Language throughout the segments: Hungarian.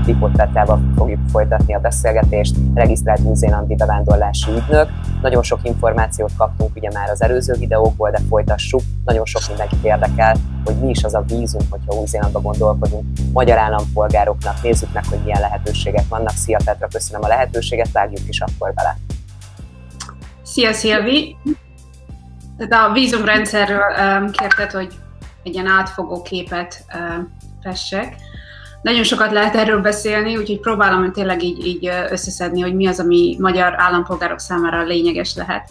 Pipot Petrával fogjuk folytatni a beszélgetést, regisztrált új-zélandi bevándorlási ügynök. Nagyon sok információt kaptunk ugye már az előző videókból, de folytassuk. Nagyon sok mindenkit érdekel, hogy mi is az a vízum, hogyha Új-Zélandba gondolkodunk magyar állampolgároknak. Nézzük meg, hogy milyen lehetőségek vannak. Szia Petra, köszönöm a lehetőséget, vágjuk is akkor bele. Szia Szilvi! Tehát a vízumrendszerről kérted, hogy egy ilyen átfogó képet fessek. Nagyon sokat lehet erről beszélni, úgyhogy próbálom tényleg így összeszedni, hogy mi az, ami magyar állampolgárok számára lényeges lehet.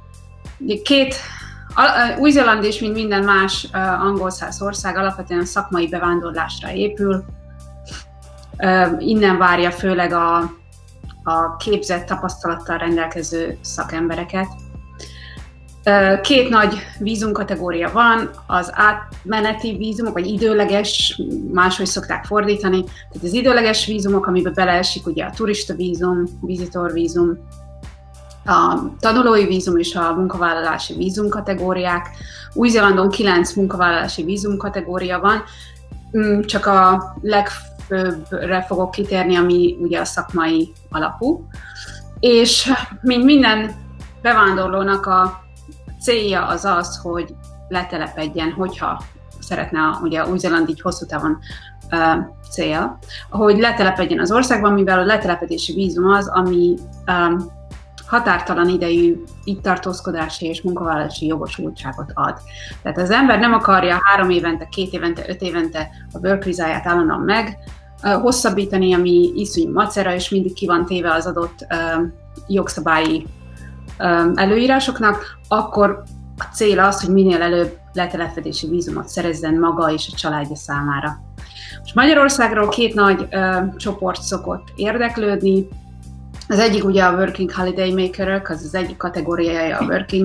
Új-Zéland is, mint minden más angolszász ország, alapvetően szakmai bevándorlásra épül. Innen várja főleg a képzett tapasztalattal rendelkező szakembereket. Két nagy vízumkategória van, az átmeneti vízumok, vagy időleges, máshogy szokták fordítani. Tehát az időleges vízumok, amiben beleesik ugye a turista vízum, visitor vízum, a tanulói vízum és a munkavállalási vízum kategóriák. Új-Zélandon 9 munkavállalási vízum kategória van, csak a legfőbbre fogok kitérni, ami ugye a szakmai alapú. És mint minden bevándorlónak a célja az az, hogy letelepedjen, hogyha szeretne, ugye Új-Zéland így hosszú távon célja, hogy letelepedjen az országban, mivel a letelepedési vízum az, ami határtalan idejű itt tartózkodási és munkavállalási jogosultságot ad. Tehát az ember nem akarja 3 évente, 2 évente, 5 évente a work vizáját állandóan hosszabbítani, ami iszonyú macera, és mindig ki van téve az adott jogszabályi előírásoknak, akkor a cél az, hogy minél előbb letelepedési vízumot szerezzen maga és a családja számára. Most Magyarországról 2 nagy csoport szokott érdeklődni. Az egyik ugye a Working Holiday Makerök, az egyik kategóriája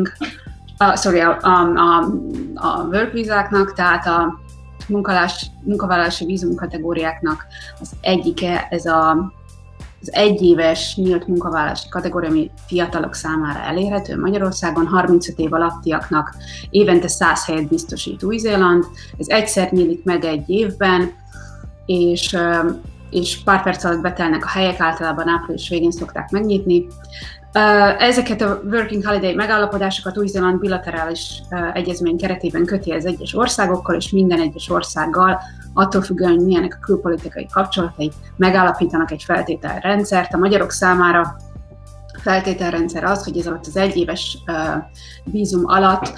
a work vizáknak, tehát a munkavállalási vízum kategóriáknak az egyike, ez az 1 éves nyílt munkavállalási kategória, ami fiatalok számára elérhető Magyarországon, 35 év alattiaknak évente 100 helyet biztosít Új-Zéland. Ez egyszer nyílik meg 1 évben, és pár perc alatt betelnek a helyek, általában április végén szokták megnyitni. Ezeket a Working Holiday megállapodásokat Új-Zéland bilaterális egyezmény keretében köti az egyes országokkal, és minden egyes országgal, attól függően, hogy milyenek a külpolitikai kapcsolatai, megállapítanak egy feltételrendszert. A magyarok számára a feltételrendszer az, hogy ez alatt az 1 éves vízum alatt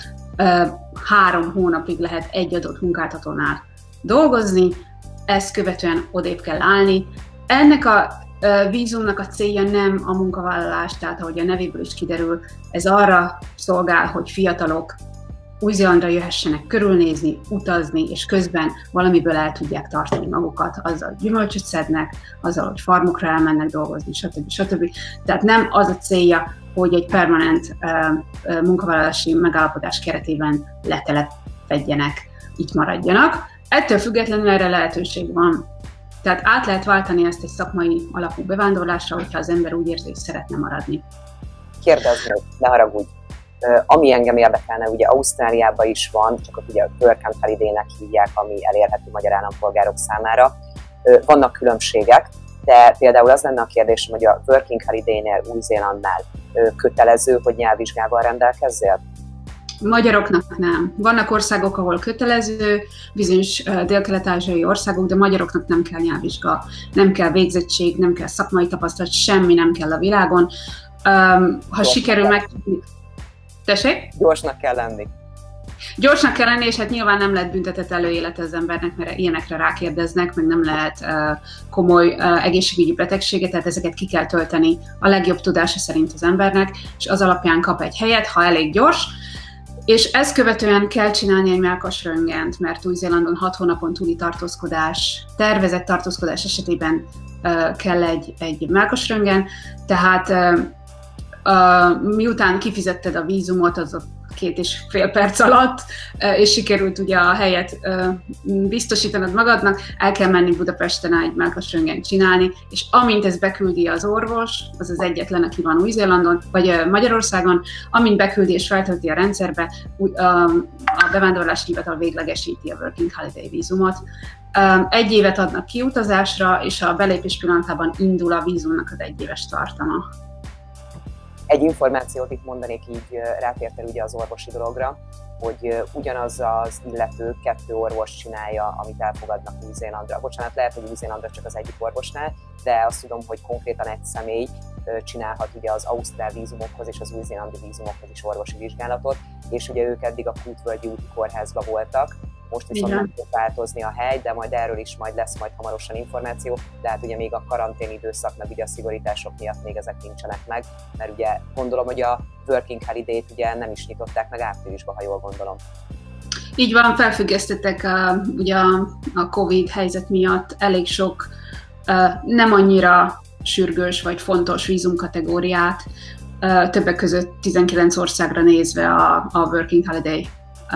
3 hónapig lehet egy adott munkáltatónál dolgozni, ezt követően odébb kell állni. Ennek a vízumnak a célja nem a munkavállalás, tehát ahogy a nevéből is kiderül, ez arra szolgál, hogy fiatalok Új-Zélandra jöhessenek körülnézni, utazni, és közben valamiből el tudják tartani magukat, azzal, hogy gyümölcsöt szednek, azzal, hogy farmokra elmennek dolgozni, stb. Tehát nem az a célja, hogy egy permanent munkavállalási megállapodás keretében letelepedjenek, itt maradjanak. Ettől függetlenül erre lehetőség van. Tehát át lehet váltani ezt egy szakmai alapú bevándorlásra, hogyha az ember úgy érzi, hogy szeretne maradni. Kérdezni, ne haragudj. Ami engem érdekelne, ugye Ausztráliában is van, csak ugye a Work and Holiday-nek hívják, ami elérhető magyar állampolgárok számára. Vannak különbségek, de például az lenne a kérdésem, hogy a Working Holiday-nél, Új-Zélandnál kötelező, hogy nyelvvizsgával rendelkezzél? Magyaroknak nem. Vannak országok, ahol kötelező, bizonyos dél-kelet-ázsiai országok, de magyaroknak nem kell nyelvvizsga, nem kell végzettség, nem kell szakmai tapasztalat, semmi nem kell a világon. Ha sikerül meg... Tessék? Gyorsnak kell lenni. Gyorsnak kell lenni, és hát nyilván nem lehet büntetett előélete az embernek, mert ilyenekre rákérdeznek, meg nem lehet komoly egészségügyi betegséget, tehát ezeket ki kell tölteni a legjobb tudása szerint az embernek, és az alapján kap egy helyet, ha elég gyors. És ezt követően kell csinálni egy mellkasröntgent, mert Új-Zélandon 6 hónapon túli tervezett tartózkodás esetében kell egy mellkasröntgen, tehát miután kifizetted a vízumot, az 2,5 perc alatt, és sikerült ugye a helyet biztosítanod magadnak, el kell menni Budapesten egy mellkasröntgent csinálni, és amint ez beküldi az orvos, az az egyetlen, aki van Új-Zélandon, vagy Magyarországon, amint beküldi és feltölti a rendszerbe, a bevándorlási hivatal véglegesíti a Working Holiday vízumot. 1 évet adnak kiutazásra, és a belépés pillanatában indul a vízumnak az 1 éves tartama. Egy információt itt mondanék, így rátértél ugye az orvosi dologra, hogy ugyanaz az illető 2 orvos csinálja, amit elfogadnak Új-Zélandra. Bocsánat, lehet, hogy Új-Zélandra csak az egyik orvosnál, de azt tudom, hogy konkrétan egy személy csinálhat ugye az ausztrál vízumokhoz és az új-zélandi vízumokhoz is orvosi vizsgálatot, és ugye ők eddig a Kútvölgyi úti kórházban voltak, most viszont nem fog változni a hely, de majd erről is lesz hamarosan információ, de hát ugye még a karantén időszak, meg ugye a szigorítások miatt még ezek nincsenek meg, mert ugye gondolom, hogy a Working Holiday-t ugye nem is nyitották meg áprilisban, ha jól gondolom. Így van, felfüggesztettek ugye a Covid helyzet miatt elég sok nem annyira sürgős vagy fontos vízumkategóriát, többek között 19 országra nézve a Working Holiday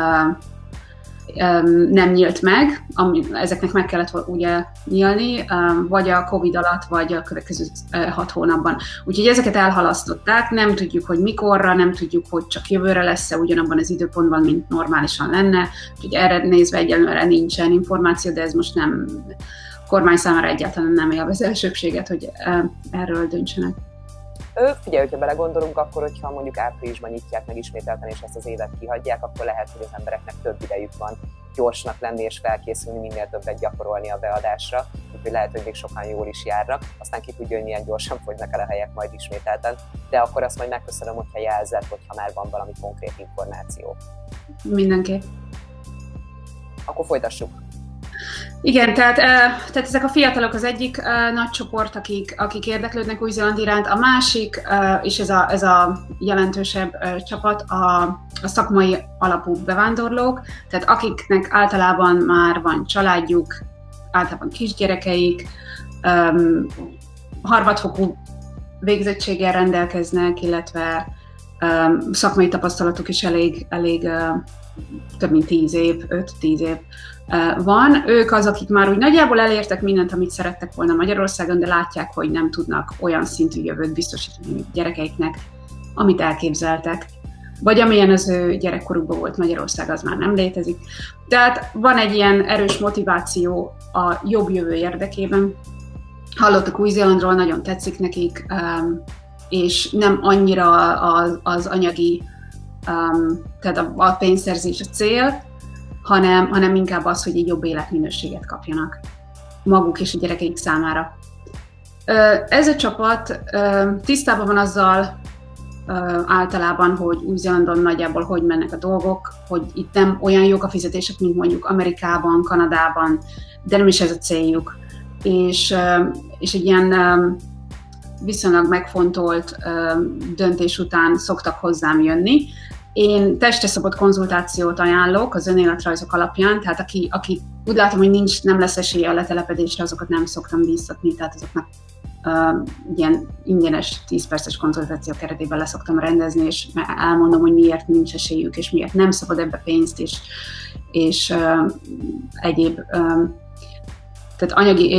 nem nyílt meg, ezeknek meg kellett ugye nyílni, vagy a Covid alatt, vagy a következő 6 hónapban. Úgyhogy ezeket elhalasztották, nem tudjuk, hogy mikorra, nem tudjuk, hogy csak jövőre lesz-e ugyanabban az időpontban, mint normálisan lenne. Úgyhogy erre nézve egyelőre nincsen információ, de ez most nem kormány számára egyáltalán nem élvez elsőbséget, hogy erről döntsenek. Figyelj, hogyha belegondolunk, akkor, hogyha mondjuk áprilisban nyitják meg ismételten, és ezt az évet kihagyják, akkor lehet, hogy az embereknek több idejük van gyorsnak lenni és felkészülni, minél többet gyakorolni a beadásra, úgyhogy lehet, hogy még sokan jól is járnak, aztán ki tudja, hogy milyen gyorsan fogynak el a helyek majd ismételten, de akkor azt majd megköszönöm, hogyha jelzed, hogyha már van valami konkrét információ. Mindenképp. Akkor folytassuk. Igen, tehát ezek a fiatalok az egyik nagy csoport, akik érdeklődnek Új-Zéland iránt, a másik, és ez a jelentősebb csapat, a szakmai alapú bevándorlók, tehát akiknek általában már van családjuk, általában kisgyerekeik, harmadfokú végzettséggel rendelkeznek, illetve szakmai tapasztalatuk is elég több mint 10 év, 5-10 év van. Ők az, akik már úgy nagyjából elértek mindent, amit szerettek volna Magyarországon, de látják, hogy nem tudnak olyan szintű jövőt biztosítani gyerekeiknek, amit elképzeltek. Vagy amilyen az ő gyerekkorukban volt Magyarország, az már nem létezik. Tehát van egy ilyen erős motiváció a jobb jövő érdekében. Hallottak Új-Zélandról, nagyon tetszik nekik, és nem annyira az anyagi, tehát a pénzszerzés a cél, hanem inkább az, hogy egy jobb életminőséget kapjanak maguk és a gyerekeik számára. Ez a csapat tisztában van azzal általában, hogy Új-Zélandon nagyjából hogy mennek a dolgok, hogy itt nem olyan jók a fizetések, mint mondjuk Amerikában, Kanadában, de nem is ez a céljuk. És egy ilyen viszonylag megfontolt döntés után szoktak hozzám jönni. Én testre szabott konzultációt ajánlok az önéletrajzok alapján, tehát aki úgy látom, hogy nem lesz esélye a letelepedésre, azokat nem szoktam bíztatni, tehát azoknak ilyen ingyenes 10 perces konzultáció keretében leszoktam rendezni, és elmondom, hogy miért nincs esélyük, és miért nem szabad ebbe pénzt, és egyéb, tehát anyagi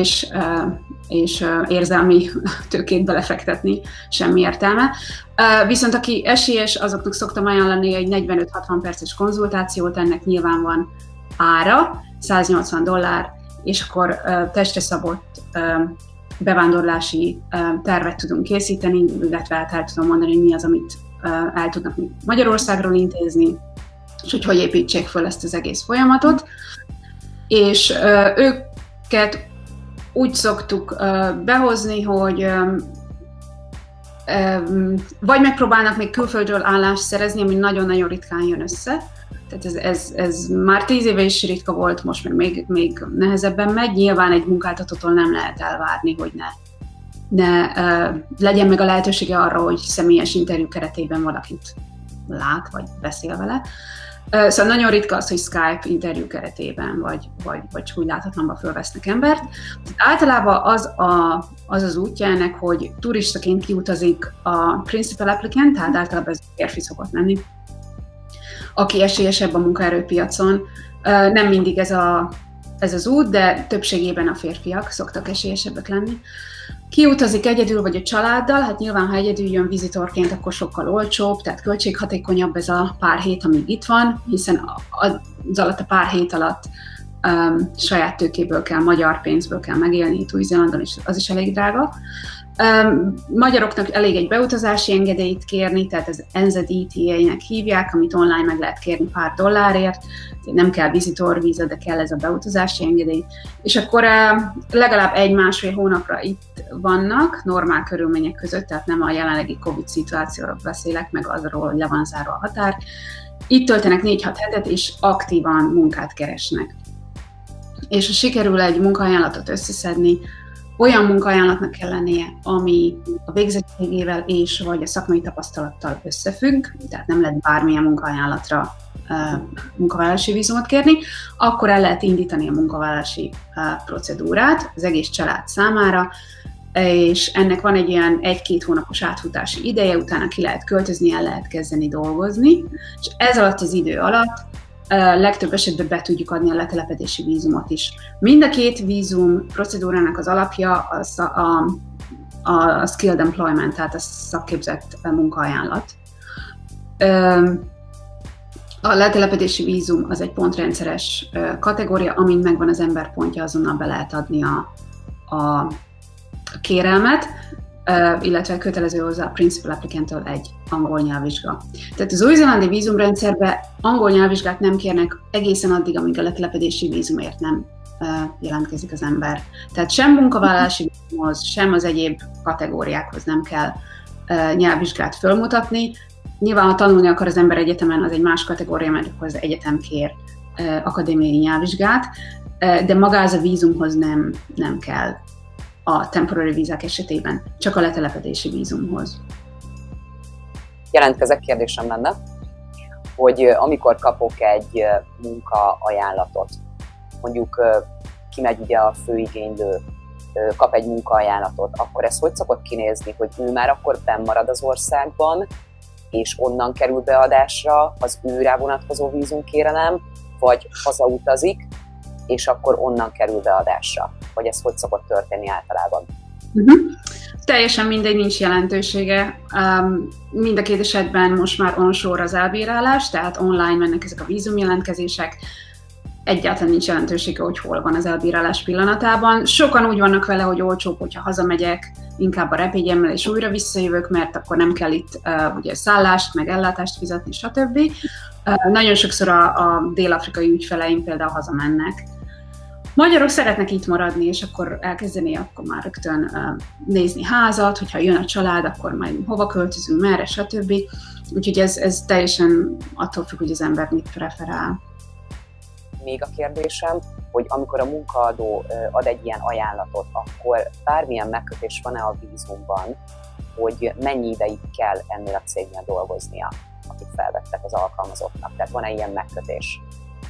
és érzelmi tőkét belefektetni, semmi értelme. Viszont aki esélyes, azoknak szoktam ajánlani egy 45-60 perces konzultációt, ennek nyilván van ára, $180, és akkor testre szabott bevándorlási tervet tudunk készíteni, illetve el tudom mondani, hogy mi az, amit el tudnak Magyarországról intézni, és hogy építsék föl ezt az egész folyamatot. És őket úgy szoktuk behozni, hogy vagy megpróbálnak még külföldről állást szerezni, ami nagyon-nagyon ritkán jön össze. Tehát ez már 10 éve is ritka volt, most még nehezebben megy. Nyilván egy munkáltatótól nem lehet elvárni, hogy ne legyen meg a lehetősége arra, hogy személyes interjú keretében valakit lát, vagy beszél vele. Szóval nagyon ritka az, hogy Skype interjú keretében, vagy úgy láthatlanban fölvesznek embert. Tehát általában az útja ennek, hogy turistaként kiutazik a principal applicant, tehát általában ez férfi szokott lenni. aki esélyesebb a munkaerőpiacon. Nem mindig ez az út, de többségében a férfiak szoktak esélyesebbek lenni. Ki utazik egyedül vagy a családdal? Hát nyilván, ha egyedül jön vizitorként, akkor sokkal olcsóbb, tehát költséghatékonyabb ez a pár hét, amíg itt van, hiszen az alatt a pár hét alatt saját tőkéből kell, magyar pénzből kell megélni itt Új-Zélandon, és az is elég drága. Magyaroknak elég egy beutazási engedélyt kérni, tehát ez NZETA-nek hívják, amit online meg lehet kérni pár dollárért, nem kell vizitorvíza, de kell ez a beutazási engedély. És akkor legalább 1-1,5 hónapra itt vannak, normál körülmények között, tehát nem a jelenlegi Covid szituációról beszélek, meg azról, hogy le van zárva a határ. Itt töltenek 4-6 hetet, és aktívan munkát keresnek. És ha sikerül egy munkaajánlatot összeszedni, olyan munkaajánlatnak kell lennie, ami a végzettségével és vagy a szakmai tapasztalattal összefügg, tehát nem lehet bármilyen munkaajánlatra munkavállalási vízumot kérni, akkor el lehet indítani a munkavállalási procedúrát az egész család számára, és ennek van egy ilyen 1-2 hónapos átfutási ideje, utána ki lehet költözni, el lehet kezdeni dolgozni, és ez alatt az idő alatt legtöbb esetben be tudjuk adni a letelepedési vízumot is. Mind a két vízum procedúrának az alapja a skilled employment, tehát a szakképzett munkaajánlat. A letelepedési vízum az egy pontrendszeres kategória, amint megvan az ember pontja, azonnal be lehet adni a kérelmet, illetve kötelező hozzá a Principal Applicant-től egy angol nyelvvizsga. Tehát az új-zélandi vízumrendszerben angol nyelvvizsgát nem kérnek egészen addig, amíg a letelepedési vízumért nem jelentkezik az ember. Tehát sem munkavállalási vízumhoz, sem az egyéb kategóriákhoz nem kell nyelvvizsgát fölmutatni. Nyilván, ha tanulni akar az ember egyetemen, az egy más kategória, mert akkor az egyetem kér akadémiai nyelvvizsgát, de magához a vízumhoz nem kell a temporary vízák esetében, csak a letelepedési vízumhoz. Jelentkezek, kérdésem lenne, hogy amikor kapok egy munkaajánlatot, mondjuk kimegy ugye a főigénylő, kap egy munkaajánlatot, akkor ez hogy szokott kinézni, hogy ő már akkor benn marad az országban, és onnan kerül beadásra az ő rá vonatkozó vízumkérelem, vagy hazautazik, és akkor onnan kerül beadásra? Vagy ez hogy szokott történni általában? Teljesen mindegy, nincs jelentősége. Mind a két esetben most már onshore az elbírálás, tehát online mennek ezek a vízumjelentkezések. Egyáltalán nincs jelentősége, hogy hol van az elbírálás pillanatában. Sokan úgy vannak vele, hogy olcsóbb, hogyha hazamegyek, inkább a repélyemmel és újra visszajövök, mert akkor nem kell itt ugye szállást, meg ellátást fizetni, stb. Nagyon sokszor a dél-afrikai ügyfeleim például hazamennek. Magyarok szeretnek itt maradni, és akkor elkezdeni akkor már rögtön nézni házat, hogyha jön a család, akkor majd hova költözünk, merre, stb. Úgyhogy ez teljesen attól függ, hogy az ember mit preferál. Még a kérdésem, hogy amikor a munkaadó ad egy ilyen ajánlatot, akkor bármilyen megkötés van-e a vízumban, hogy mennyi ideig kell ennél a cégnél dolgoznia, akit felvettek az alkalmazottnak? Tehát van-e ilyen megkötés?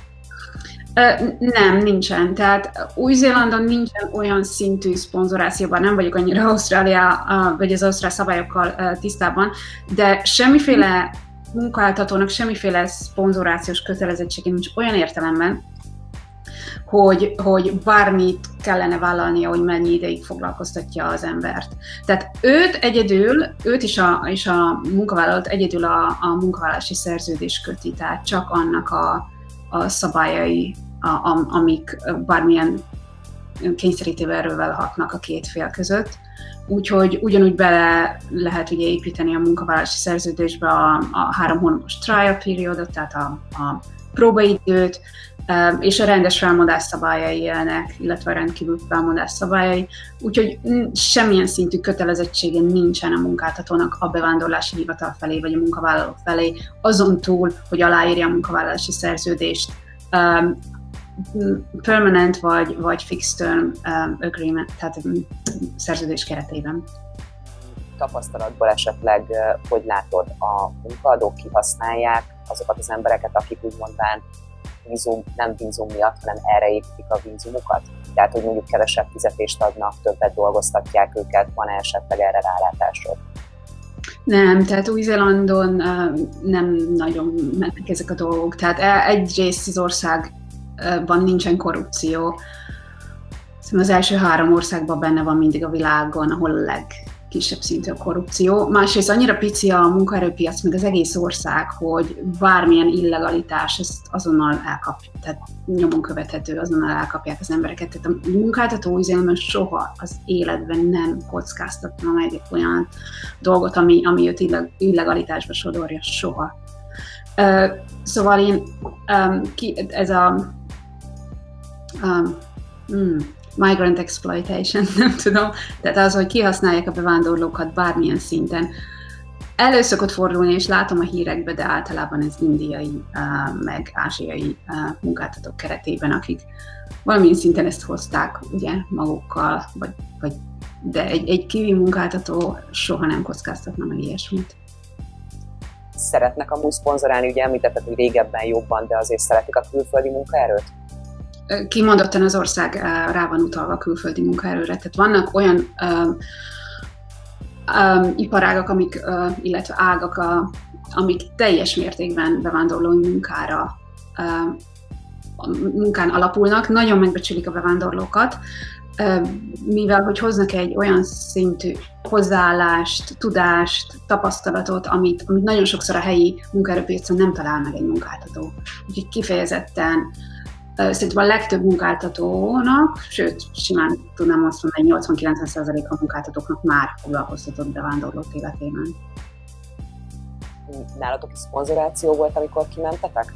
Nem, nincsen. Tehát Új-Zélandon nincsen olyan szintű szponzorációban, nem vagyok annyira Ausztrália, vagy az ausztrál szabályokkal tisztában, de semmiféle munkáltatónak semmiféle szponzorációs kötelezettsége nincs olyan értelemben, hogy bármit kellene vállalnia, hogy mennyi ideig foglalkoztatja az embert. Tehát őt és a munkavállalót egyedül a munkavállalási szerződés köti, tehát csak annak a szabályai, amik bármilyen kényszerítő erővel hatnak a két fél között. Úgyhogy ugyanúgy bele lehet ugye építeni a munkavállalási szerződésbe a 3 hónapos trial periodot, tehát a próbaidőt, és a rendes felmondás szabályai élnek, illetve a rendkívül felmondás szabályai. Úgyhogy semmilyen szintű kötelezettsége nincsen a munkáltatónak a bevándorlási hivatal felé, vagy a munkavállaló felé, azon túl, hogy aláírja a munkavállalási szerződést, permanent vagy fixed term agreement, tehát szerződés keretében. Tapasztalatból esetleg, hogy látod, a munkaadók kihasználják azokat az embereket, akik úgymondván nem vízum miatt, hanem erre építik a vízumukat? Tehát, hogy mondjuk kevesebb fizetést adnak, többet dolgoztatják őket, van esetleg erre rálátásod? Nem, tehát Új-Zélandon nem nagyon mennek ezek a dolgok. Tehát egyrészt az országban nincsen korrupció. Az első 3 országban benne van mindig a világon, ahol a legkisebb szintű a korrupció. Másrészt annyira pici a munkaerőpiac, meg az egész ország, hogy bármilyen illegalitás, ezt azonnal elkapja, tehát nyomon követhető, azonnal elkapják az embereket. Tehát a munkáltató Új-Zélandon soha az életben nem kockáztatna meg egy olyan dolgot, ami őt illegalitásba sodorja, soha. Szóval én ez a migrant exploitation, nem tudom, tehát az, hogy kihasználják a bevándorlókat bármilyen szinten. Elő szokott fordulni, és látom a hírekbe, de általában ez indiai, meg ázsiai munkáltatók keretében, akik valamilyen szinten ezt hozták ugye magukkal, de egy kiwi munkáltató soha nem kockáztatna meg ilyesmit. Szeretnek amúgy szponzorálni, ugye említetted, hogy régebben jobban, de azért szeretik a külföldi munkaerőt? Kimondottan az ország rá van utalva a külföldi munkaerőre. Tehát vannak olyan iparágak, illetve ágak, amik teljes mértékben bevándorlói munkán alapulnak, nagyon megbecsülik a bevándorlókat, mivel hogy hoznak egy olyan szintű hozzáállást, tudást, tapasztalatot, amit nagyon sokszor a helyi munkaerőpiacon nem talál meg egy munkáltató. Úgyhogy kifejezetten szerintem a legtöbb munkáltatónak, sőt, simán tudnám azt mondani, hogy 80-90% a munkáltatóknak már foglalkoztatott bevándorlók életében. Nálatok is szponzoráció volt, amikor kimentetek?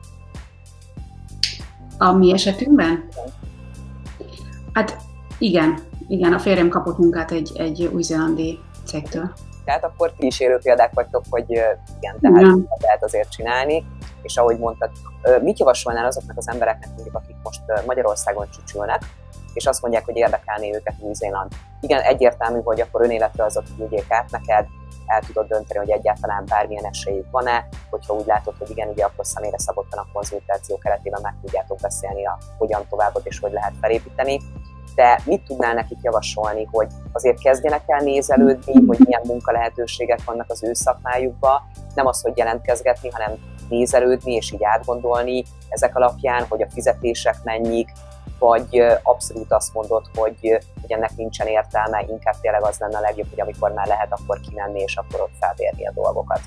A mi esetünkben? Hát igen, a férjem kapott munkát egy új-zélandi cégtől. Tehát akkor ti is élő példák vagytok, hogy igen, tehát lehet azért csinálni, és ahogy mondtad, mit javasolnál azoknak az embereknek, mondjuk, akik most Magyarországon csücsülnek, és azt mondják, hogy érdekelné őket Új-Zéland. Igen, egyértelmű, hogy akkor önéletrajzot küldjék át neked, el tudod dönteni, hogy egyáltalán bármilyen esélyük van-e, hogyha úgy látod, hogy igen, ugye akkor személyre szabottan a konzultáció keretében meg tudjátok beszélni a hogyan továbbot és hogy lehet felépíteni. De mit tudnál nekik javasolni, hogy azért kezdjenek el nézelődni, hogy milyen munkalehetőségek vannak az ő szakmájukban, nem az, hogy jelentkezgetni, hanem nézelődni és így átgondolni ezek alapján, hogy a fizetések mennyik, vagy abszolút azt mondod, hogy ennek nincsen értelme, inkább tényleg az lenne a legjobb, hogy amikor már lehet, akkor kimenni és akkor ott felbérni a dolgokat.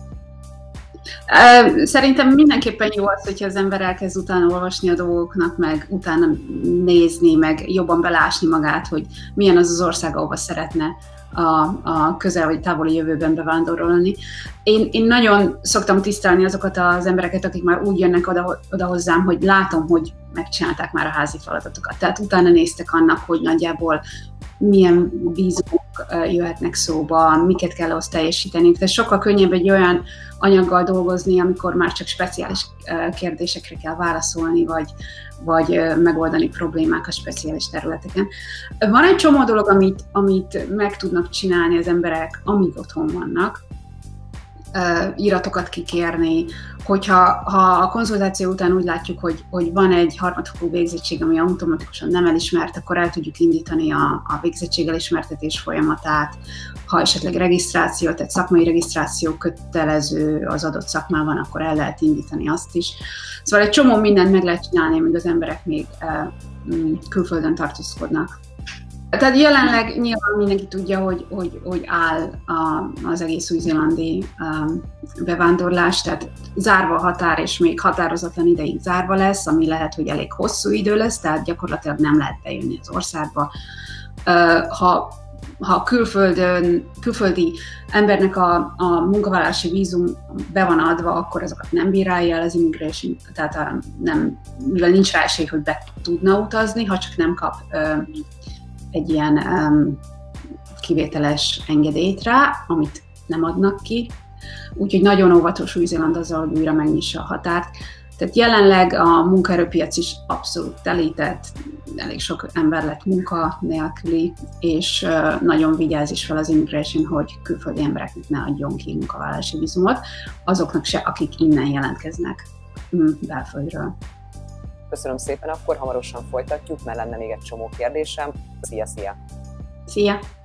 Szerintem mindenképpen jó az, hogyha az ember elkezd utána olvasni a dolgoknak, meg utána nézni, meg jobban belásni magát, hogy milyen az az ország, ahova szeretne a közel vagy távoli jövőben bevándorolni. Én nagyon szoktam tisztelni azokat az embereket, akik már úgy jönnek oda hozzám, hogy látom, hogy megcsinálták már a házi feladatokat. Tehát utána néztek annak, hogy nagyjából milyen vízumok jöhetnek szóba, miket kell ahhoz teljesíteni. Tehát sokkal könnyebb egy olyan anyaggal dolgozni, amikor már csak speciális kérdésekre kell válaszolni, vagy megoldani problémákat speciális területeken. Van egy csomó dolog, amit meg tudnak csinálni az emberek, amíg otthon vannak. Iratokat kikérni, hogyha a konzultáció után úgy látjuk, hogy van egy harmadfokú végzettség, ami automatikusan nem elismert, akkor el tudjuk indítani a végzettség elismertetés folyamatát. Ha esetleg regisztráció, tehát szakmai regisztráció kötelező az adott szakmában, akkor el lehet indítani azt is. Szóval egy csomó mindent meg lehet csinálni, amíg az emberek még külföldön tartózkodnak. Tehát jelenleg nyilván mindenki tudja, hogy áll az egész új-zélandi bevándorlás, tehát zárva a határ, és még határozatlan ideig zárva lesz, ami lehet, hogy elég hosszú idő lesz, tehát gyakorlatilag nem lehet bejönni az országba. Ha külföldi embernek a munkavállalási vízum be van adva, akkor azokat nem bírálja el az immigration, tehát mivel nincs rá esély, hogy be tudna utazni, ha csak nem kap egy ilyen kivételes engedélyt rá, amit nem adnak ki. Úgyhogy nagyon óvatos Új-Zéland azzal, hogy újra megnyissa a határt. Tehát jelenleg a munkaerőpiac is abszolút telített, elég sok ember lett munka nélküli, és nagyon vigyáz is fel az immigration, hogy külföldi embereknek ne adjon ki munkavállalási vízumot, azoknak se, akik innen jelentkeznek belföldről. Köszönöm szépen, akkor hamarosan folytatjuk, mert lenne még egy csomó kérdésem. Szia! Szia!